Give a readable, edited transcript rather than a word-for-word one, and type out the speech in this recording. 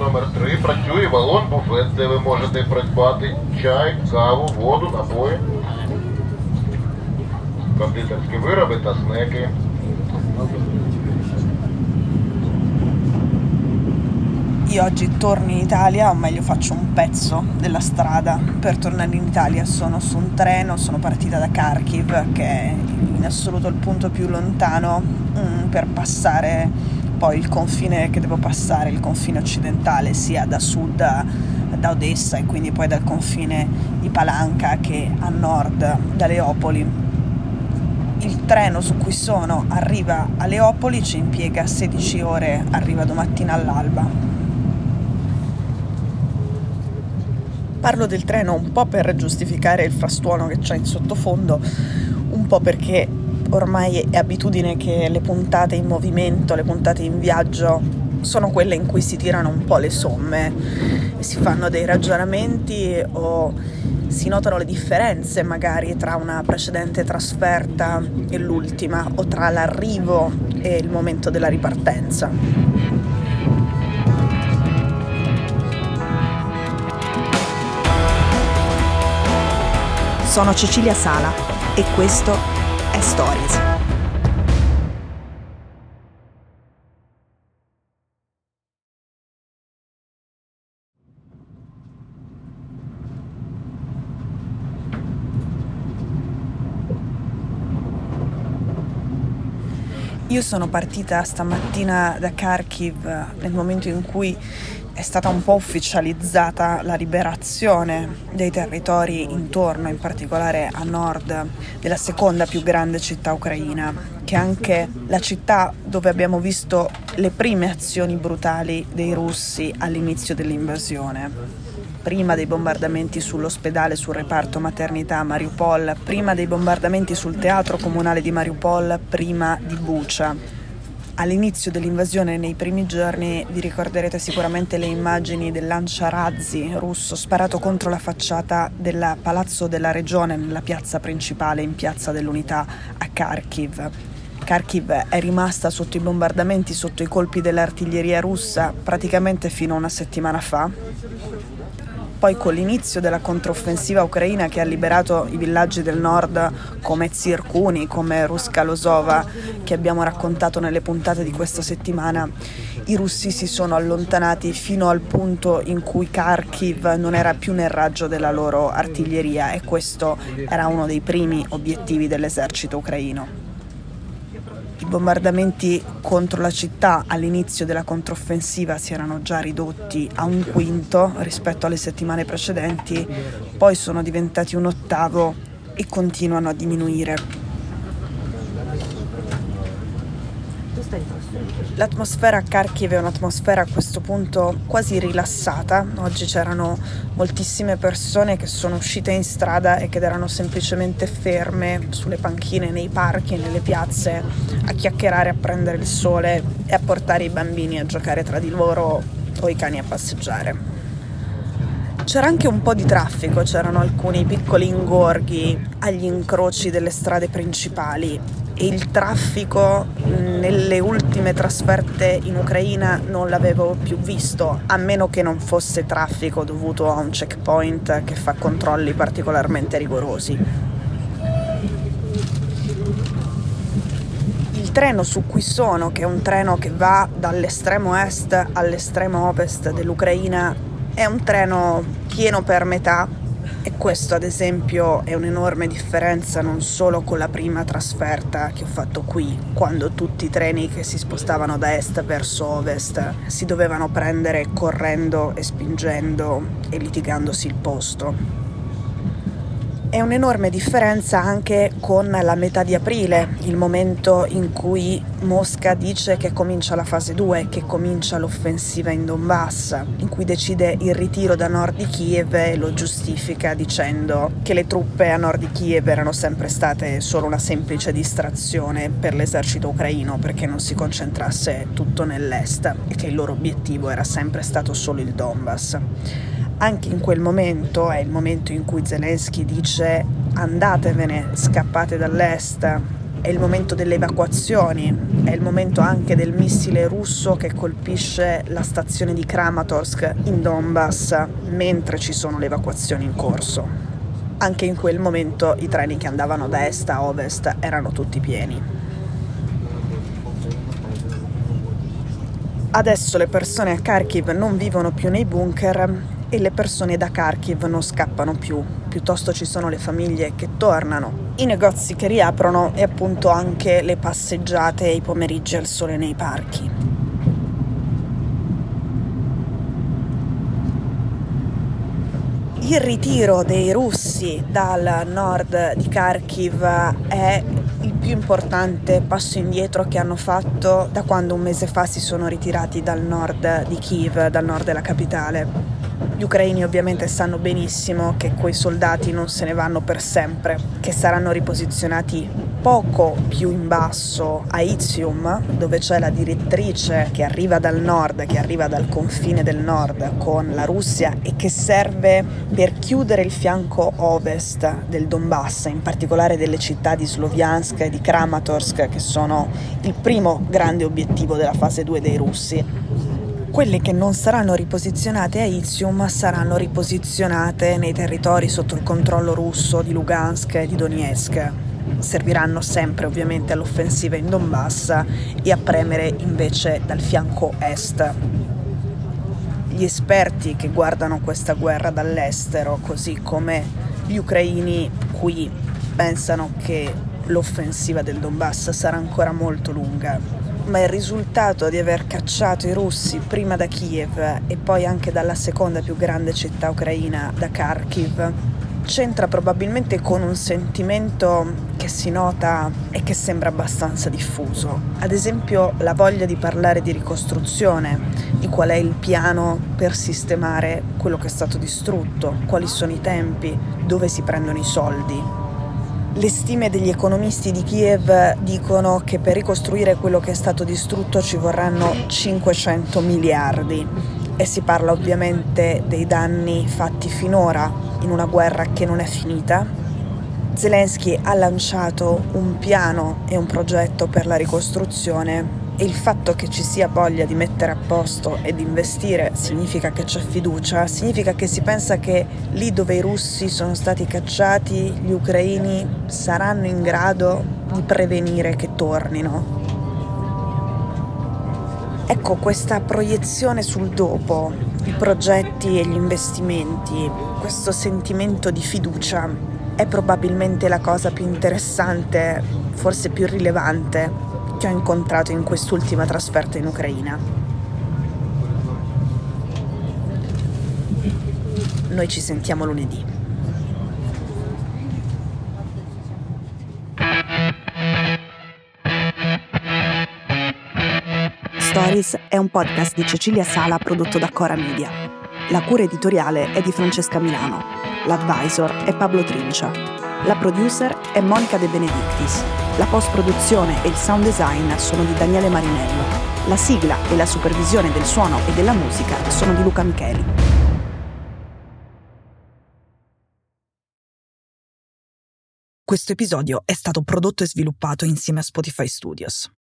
номер 3 працює вагон-буфет, де ви можете придбати чай, каву, воду, напої, кондитерські вироби та снеки. Io oggi torno in Italia, o meglio faccio un pezzo della strada per tornare in Italia. Sono su un treno, sono partita da Kharkiv, che è in assoluto il punto più lontano per passare poi il confine che devo passare, il confine occidentale, sia da sud da Odessa e quindi poi dal confine di Palanka che a nord da Leopoli. Il treno su cui sono arriva a Leopoli, ci impiega 16 ore, arriva domattina all'alba. Parlo del treno un po' per giustificare il frastuono che c'è in sottofondo, un po' perché ormai è abitudine che le puntate in movimento, le puntate in viaggio sono quelle in cui si tirano un po' le somme e si fanno dei ragionamenti o si notano le differenze magari tra una precedente trasferta e l'ultima, o tra l'arrivo e il momento della ripartenza. Sono Cecilia Sala e questo è Stories. Io sono partita stamattina da Kharkiv nel momento in cui è stata un po' ufficializzata la liberazione dei territori intorno, in particolare a nord della seconda più grande città ucraina, che è anche la città dove abbiamo visto le prime azioni brutali dei russi all'inizio dell'invasione. Prima dei bombardamenti sull'ospedale, sul reparto maternità a Mariupol, prima dei bombardamenti sul teatro comunale di Mariupol, prima di Bucha. All'inizio dell'invasione, nei primi giorni, vi ricorderete sicuramente le immagini del lanciarazzi russo sparato contro la facciata del Palazzo della Regione nella piazza principale, in Piazza dell'Unità a Kharkiv. Kharkiv è rimasta sotto i bombardamenti, sotto i colpi dell'artiglieria russa praticamente fino a una settimana fa. Poi con l'inizio della controffensiva ucraina che ha liberato i villaggi del nord come Zirkuni, come Ruska Lozova, che abbiamo raccontato nelle puntate di questa settimana, i russi si sono allontanati fino al punto in cui Kharkiv non era più nel raggio della loro artiglieria e questo era uno dei primi obiettivi dell'esercito ucraino. I bombardamenti contro la città all'inizio della controffensiva si erano già ridotti a un quinto rispetto alle settimane precedenti, poi sono diventati un ottavo e continuano a diminuire. L'atmosfera a Kharkiv è un'atmosfera a questo punto quasi rilassata. Oggi c'erano moltissime persone che sono uscite in strada e che erano semplicemente ferme sulle panchine, nei parchi, nelle piazze, a chiacchierare, a prendere il sole e a portare i bambini a giocare tra di loro o i cani a passeggiare. C'era anche un po' di traffico, c'erano alcuni piccoli ingorghi agli incroci delle strade principali e il traffico nelle ultime trasferte in Ucraina non l'avevo più visto, a meno che non fosse traffico dovuto a un checkpoint che fa controlli particolarmente rigorosi. Il treno su cui sono, che è un treno che va dall'estremo est all'estremo ovest dell'Ucraina, è un treno pieno per metà. E questo ad esempio è un'enorme differenza non solo con la prima trasferta che ho fatto qui, quando tutti i treni che si spostavano da est verso ovest si dovevano prendere correndo e spingendo e litigandosi il posto. È un'enorme differenza anche con la metà di aprile, il momento in cui Mosca dice che comincia la fase 2, che comincia l'offensiva in Donbass, in cui decide il ritiro da nord di Kiev e lo giustifica dicendo che le truppe a nord di Kiev erano sempre state solo una semplice distrazione per l'esercito ucraino perché non si concentrasse tutto nell'est e che il loro obiettivo era sempre stato solo il Donbass. Anche in quel momento è il momento in cui Zelensky dice andatevene, scappate dall'est, è il momento delle evacuazioni, è il momento anche del missile russo che colpisce la stazione di Kramatorsk in Donbass mentre ci sono le evacuazioni in corso. Anche in quel momento i treni che andavano da est a ovest erano tutti pieni. Adesso le persone a Kharkiv non vivono più nei bunker e le persone da Kharkiv non scappano più, piuttosto ci sono le famiglie che tornano, i negozi che riaprono e appunto anche le passeggiate e i pomeriggi al sole nei parchi. Il ritiro dei russi dal nord di Kharkiv è il più importante passo indietro che hanno fatto da quando un mese fa si sono ritirati dal nord di Kiev, dal nord della capitale. Gli ucraini ovviamente sanno benissimo che quei soldati non se ne vanno per sempre, che saranno riposizionati poco più in basso a Izium, dove c'è la direttrice che arriva dal nord, che arriva dal confine del nord con la Russia e che serve per chiudere il fianco ovest del Donbass, in particolare delle città di Sloviansk e di Kramatorsk, che sono il primo grande obiettivo della fase 2 dei russi. Quelle che non saranno riposizionate a Izium saranno riposizionate nei territori sotto il controllo russo di Lugansk e di Donetsk. Serviranno sempre ovviamente all'offensiva in Donbass e a premere invece dal fianco est. Gli esperti che guardano questa guerra dall'estero, così come gli ucraini qui, pensano che l'offensiva del Donbass sarà ancora molto lunga. Ma il risultato di aver cacciato i russi prima da Kiev e poi anche dalla seconda più grande città ucraina, da Kharkiv, c'entra probabilmente con un sentimento che si nota e che sembra abbastanza diffuso. Ad esempio la voglia di parlare di ricostruzione, di qual è il piano per sistemare quello che è stato distrutto, quali sono i tempi, dove si prendono i soldi. Le stime degli economisti di Kiev dicono che per ricostruire quello che è stato distrutto ci vorranno 500 miliardi e si parla ovviamente dei danni fatti finora in una guerra che non è finita. Zelensky ha lanciato un piano e un progetto per la ricostruzione e il fatto che ci sia voglia di mettere a posto e di investire significa che c'è fiducia, significa che si pensa che lì dove i russi sono stati cacciati, gli ucraini saranno in grado di prevenire che tornino. Ecco, questa proiezione sul dopo, i progetti e gli investimenti, questo sentimento di fiducia è probabilmente la cosa più interessante, forse più rilevante, che ho incontrato in quest'ultima trasferta in Ucraina. Noi ci sentiamo lunedì. Stories è un podcast di Cecilia Sala prodotto da Cora Media. La cura editoriale è di Francesca Milano. L'advisor è Pablo Trincia. La producer è Monica De Benedictis. La post-produzione e il sound design sono di Daniele Marinello. La sigla e la supervisione del suono e della musica sono di Luca Micheli. Questo episodio è stato prodotto e sviluppato insieme a Spotify Studios.